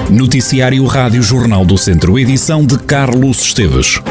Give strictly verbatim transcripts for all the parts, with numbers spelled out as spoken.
Noticiário Rádio Jornal do Centro, edição de Carlos Esteves.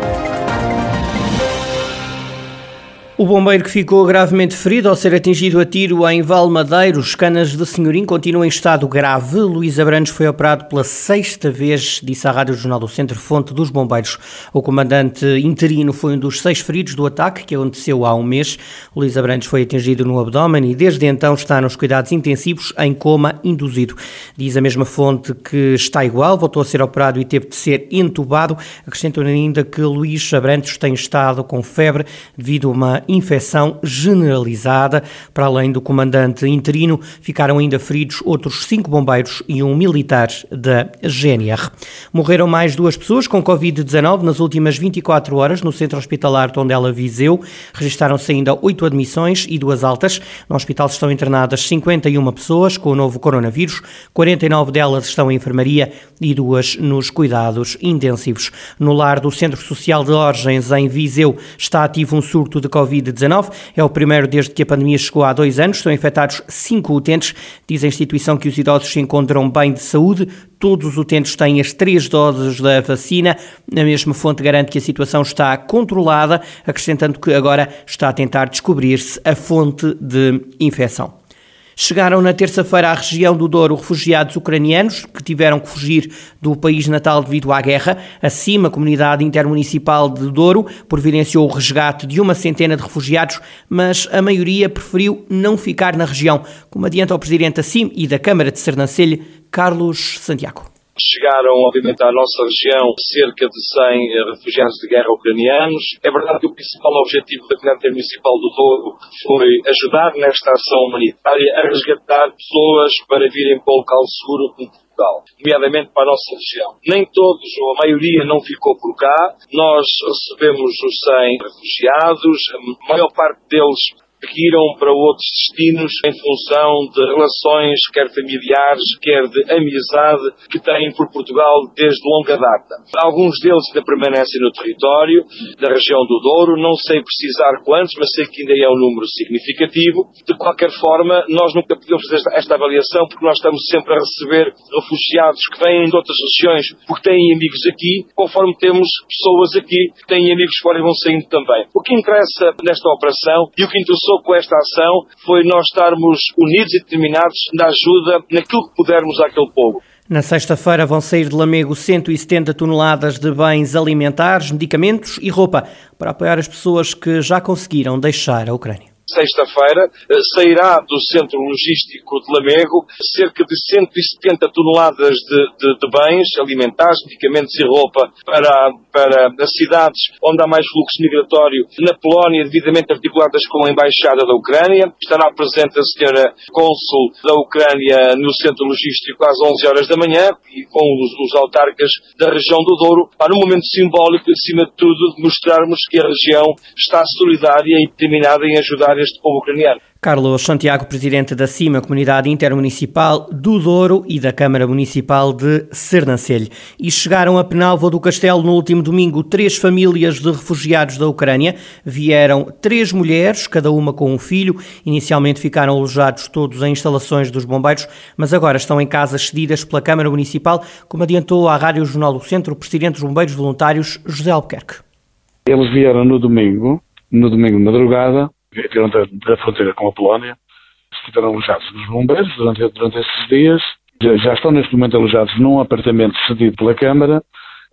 O bombeiro que ficou gravemente ferido ao ser atingido a tiro em Valmadeiros, Canas de Senhorim, continua em estado grave. Luís Abrantes foi operado pela sexta vez, disse à Rádio Jornal do Centro, fonte dos bombeiros. O comandante interino foi um dos seis feridos do ataque, que aconteceu há um mês. Luís Abrantes foi atingido no abdômen e desde então está nos cuidados intensivos em coma induzido. Diz a mesma fonte que está igual, voltou a ser operado e teve de ser entubado. Acrescentam ainda que Luís Abrantes tem estado com febre devido a uma infecção generalizada. Para além do comandante interino, ficaram ainda feridos outros cinco bombeiros e um militar da G N R. Morreram mais duas pessoas com covid dezanove nas últimas vinte e quatro horas no centro hospitalar Tondela Viseu. Registaram-se ainda oito admissões e duas altas. No hospital estão internadas cinquenta e uma pessoas com o novo coronavírus, quarenta e nove delas estão em enfermaria e duas nos cuidados intensivos. No lar do Centro Social de Orgens, em Viseu, está ativo um surto de covid dezanove. É o primeiro desde que a pandemia chegou há dois anos. Estão infectados cinco utentes. Diz a instituição que os idosos se encontram bem de saúde. Todos os utentes têm as três doses da vacina. A mesma fonte garante que a situação está controlada, acrescentando que agora está a tentar descobrir-se a fonte de infecção. Chegaram na terça-feira à região do Douro refugiados ucranianos que tiveram que fugir do país natal devido à guerra. Assim, a comunidade intermunicipal de Douro providenciou o resgate de uma centena de refugiados, mas a maioria preferiu não ficar na região, como adianta o presidente da C I M e da Câmara de Sernancelho, Carlos Santiago. Chegaram, obviamente, à nossa região cerca de cem refugiados de guerra ucranianos. É verdade que o principal objetivo da Comunidade Intermunicipal do Douro foi ajudar nesta ação humanitária a resgatar pessoas para virem para um local seguro como Portugal, nomeadamente para a nossa região. Nem todos, ou a maioria, não ficou por cá. Nós recebemos os cem refugiados, a maior parte deles seguiram para outros destinos em função de relações, quer familiares, quer de amizade, que têm por Portugal desde longa data. Alguns deles ainda permanecem no território da região do Douro, não sei precisar quantos, mas sei que ainda é um número significativo. De qualquer forma, nós nunca podemos fazer esta, esta avaliação, porque nós estamos sempre a receber refugiados que vêm de outras regiões porque têm amigos aqui, conforme temos pessoas aqui que têm amigos fora e vão saindo também. O que interessa nesta operação e o que interessou com esta ação foi nós estarmos unidos e determinados na ajuda naquilo que pudermos àquele povo. Na sexta-feira vão sair de Lamego cento e setenta toneladas de bens alimentares, medicamentos e roupa para apoiar as pessoas que já conseguiram deixar a Ucrânia. Sexta-feira sairá do centro logístico de Lamego cerca de cento e setenta toneladas de, de, de bens alimentares, medicamentos e roupa para, para as cidades onde há mais fluxo migratório na Polónia, devidamente articuladas com a Embaixada da Ucrânia. Estará presente a senhora Cônsul da Ucrânia no centro logístico às onze horas da manhã e com os, os autarcas da região do Douro, para um momento simbólico, acima de tudo, de mostrarmos que a região está solidária e determinada em ajudar este povo ucraniano. Carlos Santiago, presidente da C I M, a Comunidade Intermunicipal do Douro, e da Câmara Municipal de Sernancelho. E chegaram a Penalva do Castelo no último domingo três famílias de refugiados da Ucrânia. Vieram três mulheres, cada uma com um filho. Inicialmente ficaram alojados todos em instalações dos bombeiros, mas agora estão em casas cedidas pela Câmara Municipal, como adiantou à Rádio Jornal do Centro o presidente dos Bombeiros Voluntários, José Albuquerque. Eles vieram no domingo, no domingo de madrugada, vieram da, da fronteira com a Polónia, estiveram alojados nos bombeiros durante, durante esses dias, já, já estão neste momento alojados num apartamento cedido pela Câmara.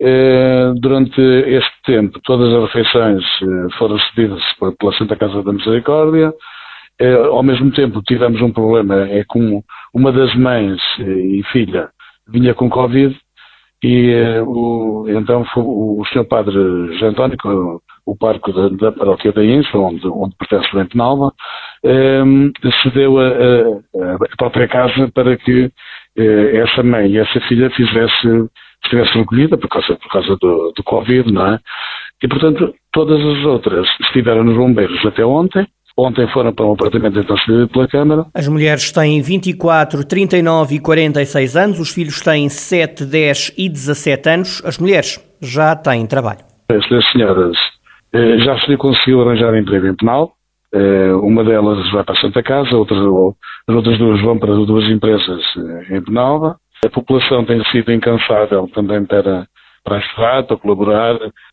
Eh, durante este tempo todas as refeições eh, foram cedidas pela Santa Casa da Misericórdia. Eh, ao mesmo tempo tivemos um problema, é com uma das mães eh, e filha vinha com Covid e eh, o, então foi o, o senhor Padre José António, o parco da, da paróquia da Insua, onde, onde pertence o Penalva, eh, cedeu a, a, a própria casa para que eh, essa mãe e essa filha fizesse, estivesse recolhida por causa, por causa do, do Covid, não é? E, portanto, todas as outras estiveram nos bombeiros até ontem. Ontem foram para um apartamento então cedido pela Câmara. As mulheres têm vinte e quatro, trinta e nove e quarenta e seis anos, os filhos têm sete, dez e dezassete anos. As mulheres já têm trabalho. Estas senhoras eh, já se conseguiu arranjar emprego em Penal. Eh, uma delas vai para a Santa Casa, outras, as outras duas vão para duas empresas eh, em Penalva. A população tem sido incansável também para, para ajudar, para colaborar,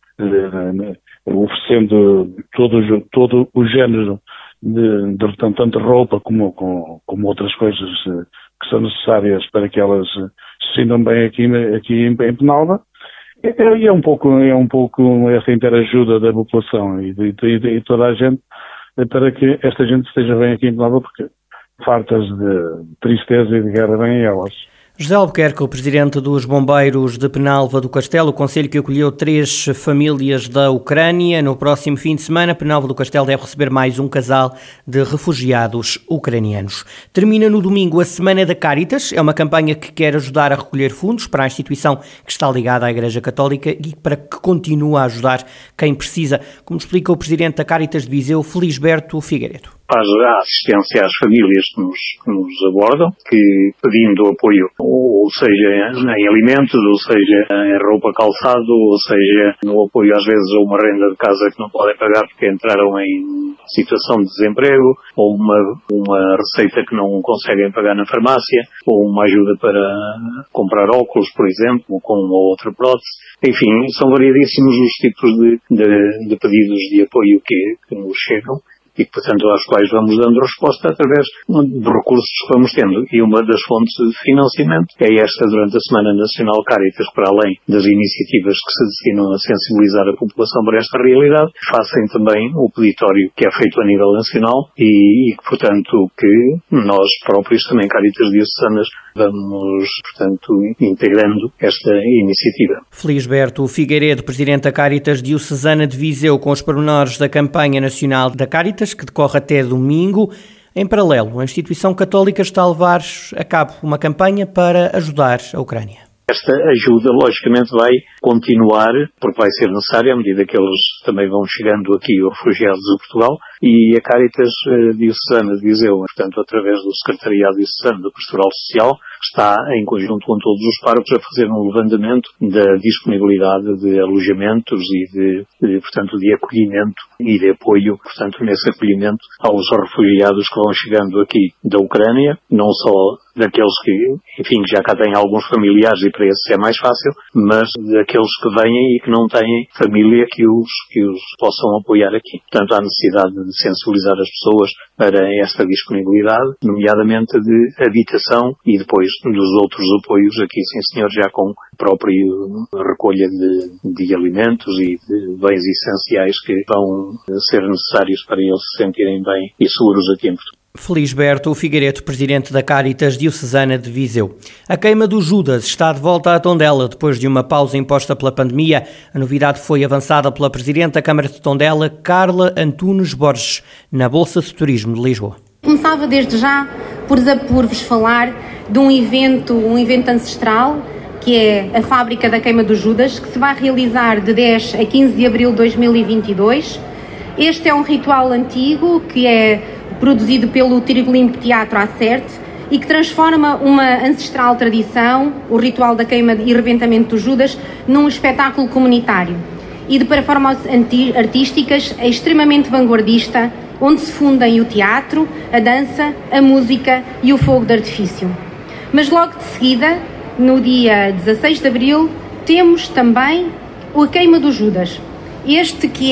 eh, oferecendo todo, todo o género de, de tanto roupa como, como, como outras coisas eh, que são necessárias para que elas se sintam bem aqui, aqui em, em Penalva. E é, é um pouco, é um pouco essa interajuda da população e de, de, de toda a gente para que esta gente esteja bem aqui em Penalva, porque fartas de tristeza e de guerra vêm elas. José Albuquerque, o presidente dos Bombeiros de Penalva do Castelo, o concelho que acolheu três famílias da Ucrânia. No próximo fim de semana, Penalva do Castelo deve receber mais um casal de refugiados ucranianos. Termina no domingo a Semana da Cáritas. É uma campanha que quer ajudar a recolher fundos para a instituição que está ligada à Igreja Católica e para que continue a ajudar quem precisa, como explica o presidente da Cáritas de Viseu, Felisberto Figueiredo. Faz a assistência às famílias que nos, que nos abordam, que pedindo apoio, ou seja em alimentos, ou seja em roupa, calçado, ou seja no apoio às vezes a uma renda de casa que não podem pagar porque entraram em situação de desemprego, ou uma, uma receita que não conseguem pagar na farmácia, ou uma ajuda para comprar óculos, por exemplo, com uma ou outra prótese. Enfim, são variedíssimos os tipos de, de, de pedidos de apoio que, que nos chegam e, portanto, aos quais vamos dando resposta através de recursos que vamos tendo. E uma das fontes de financiamento é esta durante a Semana Nacional Cáritas, para além das iniciativas que se destinam a sensibilizar a população para esta realidade, fazem também o peditório que é feito a nível nacional e, e portanto, que nós próprios também, Cáritas Diocesanas, vamos, portanto, integrando esta iniciativa. Felisberto Figueiredo, presidente da Cáritas Diocesana de Viseu, com os pormenores da campanha nacional da Cáritas, que decorre até domingo. Em paralelo, a instituição católica está a levar a cabo uma campanha para ajudar a Ucrânia. Esta ajuda, logicamente, vai continuar, porque vai ser necessária à medida que eles também vão chegando aqui, os refugiados de Portugal, e a Cáritas Diocesana de Viseu, portanto, através do Secretariado Diocesano da Pastoral Social, está, em conjunto com todos os párocos, a fazer um levantamento da disponibilidade de alojamentos e de, de, portanto, de acolhimento e de apoio, portanto, nesse acolhimento aos refugiados que vão chegando aqui da Ucrânia, não só daqueles que, enfim, já cá têm alguns familiares e para esses é mais fácil, mas daqueles que vêm e que não têm família que os, que os possam apoiar aqui. Portanto, há necessidade de sensibilizar as pessoas para esta disponibilidade, nomeadamente de habitação e depois dos outros apoios aqui, sim senhor, já com a própria recolha de, de alimentos e de bens essenciais que vão ser necessários para eles se sentirem bem e seguros aqui em Portugal. Felisberto Figueiredo, presidente da Cáritas Diocesana de Viseu. A queima do Judas está de volta à Tondela depois de uma pausa imposta pela pandemia. A novidade foi avançada pela presidente da Câmara de Tondela, Carla Antunes Borges, na Bolsa de Turismo de Lisboa. Começava desde já por, por vos falar de um evento, um evento ancestral, que é a Fábrica da Queima do Judas, que se vai realizar de dez a quinze de abril de dois mil e vinte e dois. Este é um ritual antigo que é produzido pelo Tiro Limpo Teatro Acerte e que transforma uma ancestral tradição, o ritual da queima e rebentamento do Judas, num espetáculo comunitário e de performances artísticas é extremamente vanguardista, onde se fundem o teatro, a dança, a música e o fogo de artifício. Mas logo de seguida, no dia dezasseis de abril, temos também a queima do Judas. Este que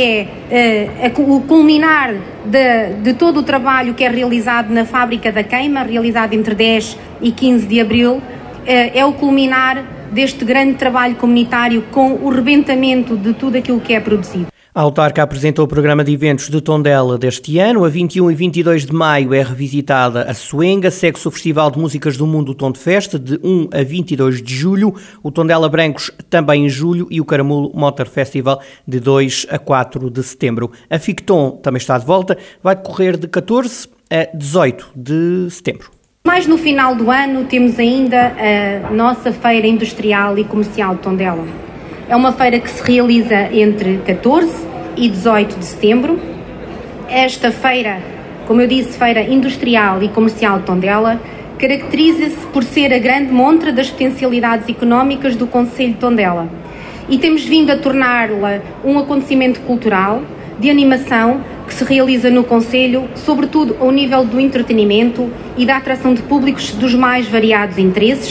é uh, o culminar de, de todo o trabalho que é realizado na Fábrica da Queima, realizado entre dez e quinze de abril, uh, é o culminar deste grande trabalho comunitário com o rebentamento de tudo aquilo que é produzido. A autarca apresentou o programa de eventos de Tondela deste ano. A vinte e um e vinte e dois de maio é revisitada a Suenga, segue-se o Festival de Músicas do Mundo Tom de Festa, de um a vinte e dois de julho, o Tondela Brancos também em julho e o Caramulo Motor Festival de dois a quatro de setembro. A Ficton também está de volta, vai decorrer de catorze a dezoito de setembro. Mais no final do ano temos ainda a nossa Feira Industrial e Comercial de Tondela. É uma feira que se realiza entre catorze e dezoito de setembro. Esta feira, como eu disse, Feira Industrial e Comercial de Tondela, caracteriza-se por ser a grande montra das potencialidades económicas do concelho de Tondela. E temos vindo a torná-la um acontecimento cultural, de animação, que se realiza no concelho, sobretudo ao nível do entretenimento e da atração de públicos dos mais variados interesses,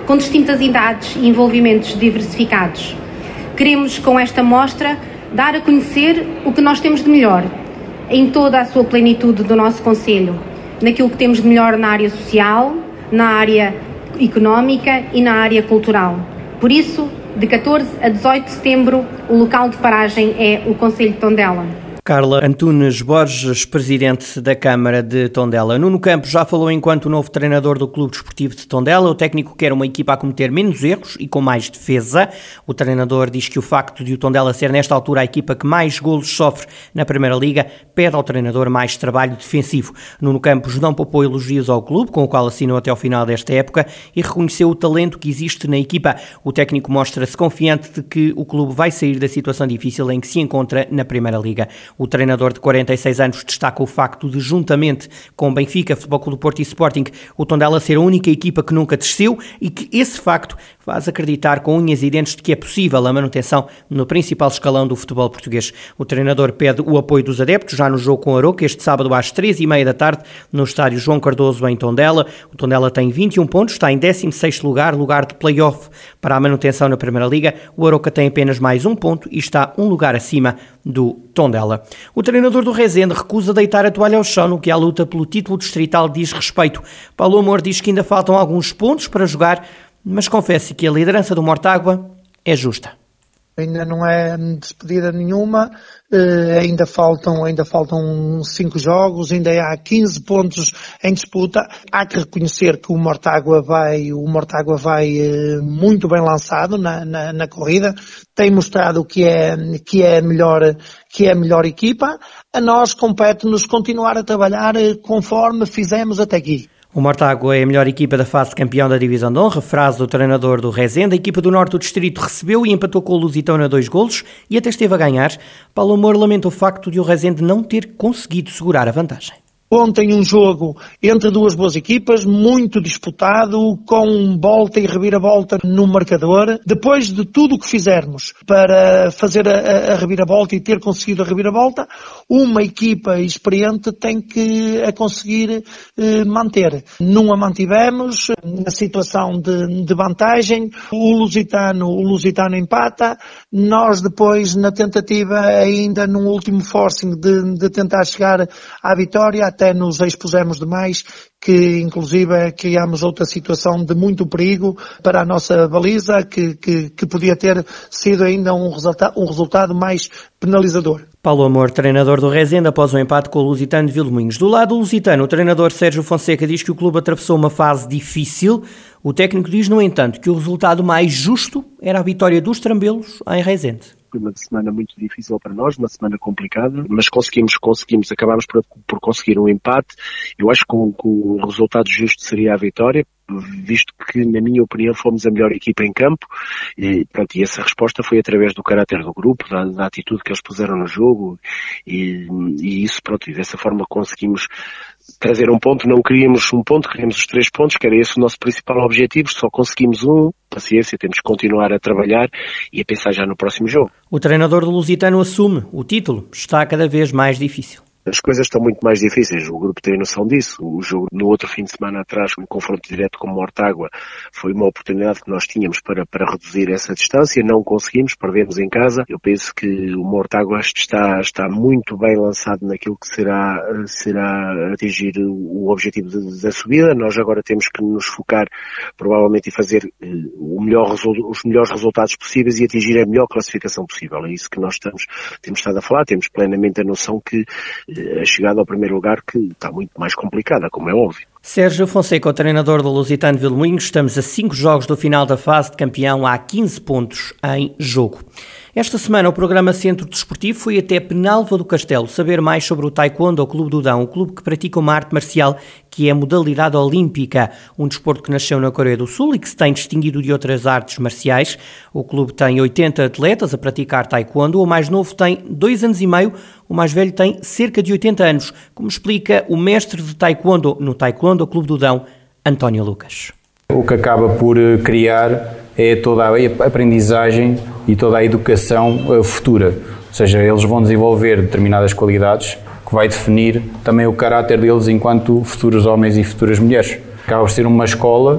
com distintas idades e envolvimentos diversificados. Queremos, com esta mostra, dar a conhecer o que nós temos de melhor, em toda a sua plenitude do nosso Concelho, naquilo que temos de melhor na área social, na área económica e na área cultural. Por isso, de catorze a dezoito de setembro, o local de paragem é o Concelho de Tondela. Carla Antunes Borges, presidente da Câmara de Tondela. Nuno Campos já falou enquanto novo treinador do Clube Desportivo de Tondela. O técnico quer uma equipa a cometer menos erros e com mais defesa. O treinador diz que o facto de o Tondela ser nesta altura a equipa que mais golos sofre na Primeira Liga pede ao treinador mais trabalho defensivo. Nuno Campos não poupou elogios ao clube, com o qual assinou até ao final desta época, e reconheceu o talento que existe na equipa. O técnico mostra-se confiante de que o clube vai sair da situação difícil em que se encontra na Primeira Liga. O treinador de quarenta e seis anos destaca o facto de, juntamente com Benfica, Futebol Clube do Porto e Sporting, o Tondela ser a única equipa que nunca desceu e que esse facto faz acreditar com unhas e dentes de que é possível a manutenção no principal escalão do futebol português. O treinador pede o apoio dos adeptos já no jogo com o Aroca, este sábado às três e meia da tarde, no estádio João Cardoso, em Tondela. O Tondela tem vinte e um pontos, está em décimo sexto lugar, lugar de play-off para a manutenção na Primeira Liga. O Aroca tem apenas mais um ponto e está um lugar acima do Tondela. O treinador do Rezende recusa deitar a toalha ao chão no que à luta pelo título distrital diz respeito. Paulo Amor diz que ainda faltam alguns pontos para jogar, mas confessa que a liderança do Mortágua é justa. Ainda não é despedida nenhuma, uh, ainda faltam ainda faltam cinco jogos, ainda há quinze pontos em disputa. Há que reconhecer que o Mortágua vai, o Mortágua vai uh, muito bem lançado na, na, na corrida, tem mostrado que é, que é melhor, que é a melhor equipa. A nós compete-nos continuar a trabalhar uh, conforme fizemos até aqui. O Mortágua é a melhor equipa da fase de campeão da Divisão de Honra, frase do treinador do Rezende. A equipa do Norte do Distrito recebeu e empatou com o Lusitano a dois golos e até esteve a ganhar. Paulo Amor lamenta o facto de o Rezende não ter conseguido segurar a vantagem. Ontem um jogo entre duas boas equipas, muito disputado, com volta e reviravolta no marcador. Depois de tudo o que fizermos para fazer a, a reviravolta e ter conseguido a reviravolta, uma equipa experiente tem que a conseguir eh, manter. Não a mantivemos na situação de, de vantagem. O Lusitano, o Lusitano empata. Nós depois, na tentativa, ainda num último forcing de, de tentar chegar à vitória, até Até nos expusemos demais, que inclusive criámos outra situação de muito perigo para a nossa baliza, que, que, que podia ter sido ainda um, resulta- um resultado mais penalizador. Paulo Amor, treinador do Rezende, após o empate com o Lusitano de Vilmoinhos. Do lado do Lusitano, o treinador Sérgio Fonseca diz que o clube atravessou uma fase difícil. O técnico diz, no entanto, que o resultado mais justo era a vitória dos Trambelos em Rezende. Foi uma semana muito difícil para nós, uma semana complicada, mas conseguimos, conseguimos, acabámos por, por conseguir um empate. Eu acho que o, que o resultado justo seria a vitória, visto que, na minha opinião, fomos a melhor equipa em campo, e, pronto, e essa resposta foi através do caráter do grupo, da, da atitude que eles puseram no jogo, e, e isso, pronto, e dessa forma conseguimos trazer um ponto. Não queríamos um ponto, queríamos os três pontos, que era esse o nosso principal objetivo, só conseguimos um, paciência, temos que continuar a trabalhar e a pensar já no próximo jogo. O treinador do Lusitano assume, o título está cada vez mais difícil. As coisas estão muito mais difíceis, o grupo tem noção disso. O jogo no outro fim de semana atrás, um confronto direto com o Mortágua, foi uma oportunidade que nós tínhamos para, para reduzir essa distância, não conseguimos, perdemos em casa. Eu penso que o Mortágua está, está muito bem lançado naquilo que será, será atingir o objetivo de, da subida. Nós agora temos que nos focar provavelmente em fazer o melhor, os melhores resultados possíveis e atingir a melhor classificação possível. É isso que nós estamos, temos estado a falar, temos plenamente a noção que a chegada ao primeiro lugar, que está muito mais complicada, como é óbvio. Sérgio Fonseca, o treinador do Lusitano de Vilmoinhos. Estamos a cinco jogos do final da fase de campeão, há quinze pontos em jogo. Esta semana o programa Centro Desportivo foi até Penalva do Castelo saber mais sobre o Taekwondo ao Clube do Dão, um clube que pratica uma arte marcial que é a modalidade olímpica, um desporto que nasceu na Coreia do Sul e que se tem distinguido de outras artes marciais. O clube tem oitenta atletas a praticar Taekwondo, o mais novo tem dois anos e meio, o mais velho tem cerca de oitenta anos, como explica o mestre de Taekwondo no Taekwondo ao Clube do Dão, António Lucas. O que acaba por criar é toda a aprendizagem e toda a educação futura, ou seja, eles vão desenvolver determinadas qualidades que vai definir também o caráter deles enquanto futuros homens e futuras mulheres. Acaba por ser uma escola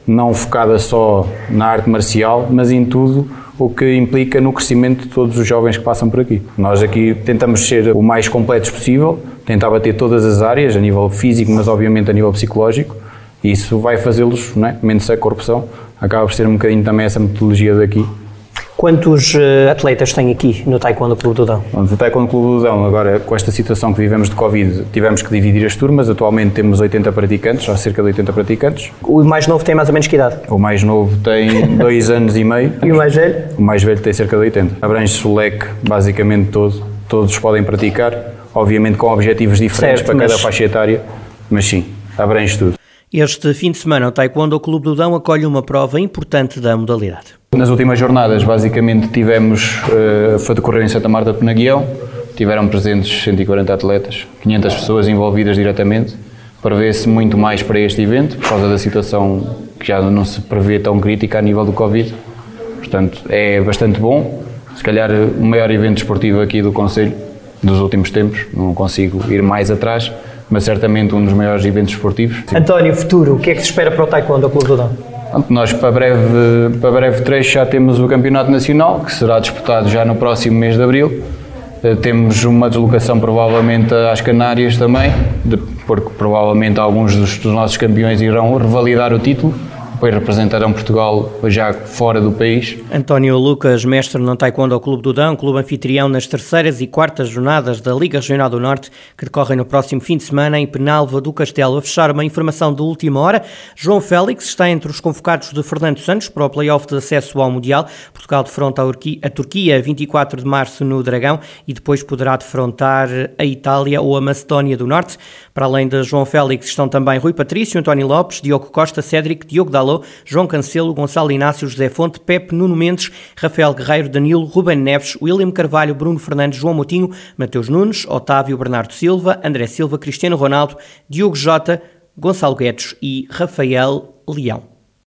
não focada só na arte marcial, mas em tudo o que implica no crescimento de todos os jovens que passam por aqui. Nós aqui tentamos ser o mais completos possível, tentar bater todas as áreas, a nível físico, mas obviamente a nível psicológico, e isso vai fazê-los, não é? Menos a corrupção, acaba por ser um bocadinho também essa metodologia daqui. Quantos uh, atletas tem aqui no Taekwondo Clube do Dão? No Taekwondo Clube do Dão, agora com esta situação que vivemos de Covid, tivemos que dividir as turmas. Atualmente temos oitenta praticantes, ou cerca de oitenta praticantes. O mais novo tem mais ou menos que idade? O mais novo tem dois anos e meio. E o mais velho? O mais velho tem cerca de oitenta. Abrange-se o leque basicamente todo, todos podem praticar, obviamente com objetivos diferentes certo, para cada mas... faixa etária, mas sim, abrange tudo. Este fim de semana o Taekwondo Clube do Dão acolhe uma prova importante da modalidade. Nas últimas jornadas, basicamente, tivemos, uh, foi decorrer em Santa Marta de Penaguião, tiveram presentes cento e quarenta atletas, quinhentas pessoas envolvidas diretamente, prevê-se muito mais para este evento, por causa da situação que já não se prevê tão crítica a nível do Covid, portanto é bastante bom, se calhar o maior evento desportivo aqui do Concelho dos últimos tempos, não consigo ir mais atrás, mas certamente um dos maiores eventos esportivos. António, futuro, o que é que se espera para o Taekwondo Clube do Dão? Nós, para breve, para breve trecho, já temos o Campeonato Nacional, que será disputado já no próximo mês de Abril. Temos uma deslocação provavelmente às Canárias também, porque provavelmente alguns dos, dos nossos campeões irão revalidar o título, depois representarão Portugal já fora do país. António Lucas, mestre no Taekwondo ao Clube do Dão, clube anfitrião nas terceiras e quartas jornadas da Liga Regional do Norte, que decorrem no próximo fim de semana em Penalva do Castelo. A fechar, uma informação de última hora, João Félix está entre os convocados de Fernando Santos para o play-off de acesso ao Mundial. Portugal defronta a Turquia vinte e quatro de março no Dragão e depois poderá defrontar a Itália ou a Macedónia do Norte. Para além de João Félix estão também Rui Patrício, António Lopes, Diogo Costa, Cédric, Diogo Dalot, João Cancelo, Gonçalo Inácio, José Fonte, Pepe, Nuno Mendes, Rafael Guerreiro, Danilo, Ruben Neves, William Carvalho, Bruno Fernandes, João Moutinho, Mateus Nunes, Otávio Bernardo Silva, André Silva, Cristiano Ronaldo, Diogo Jota, Gonçalo Guedes e Rafael Leão.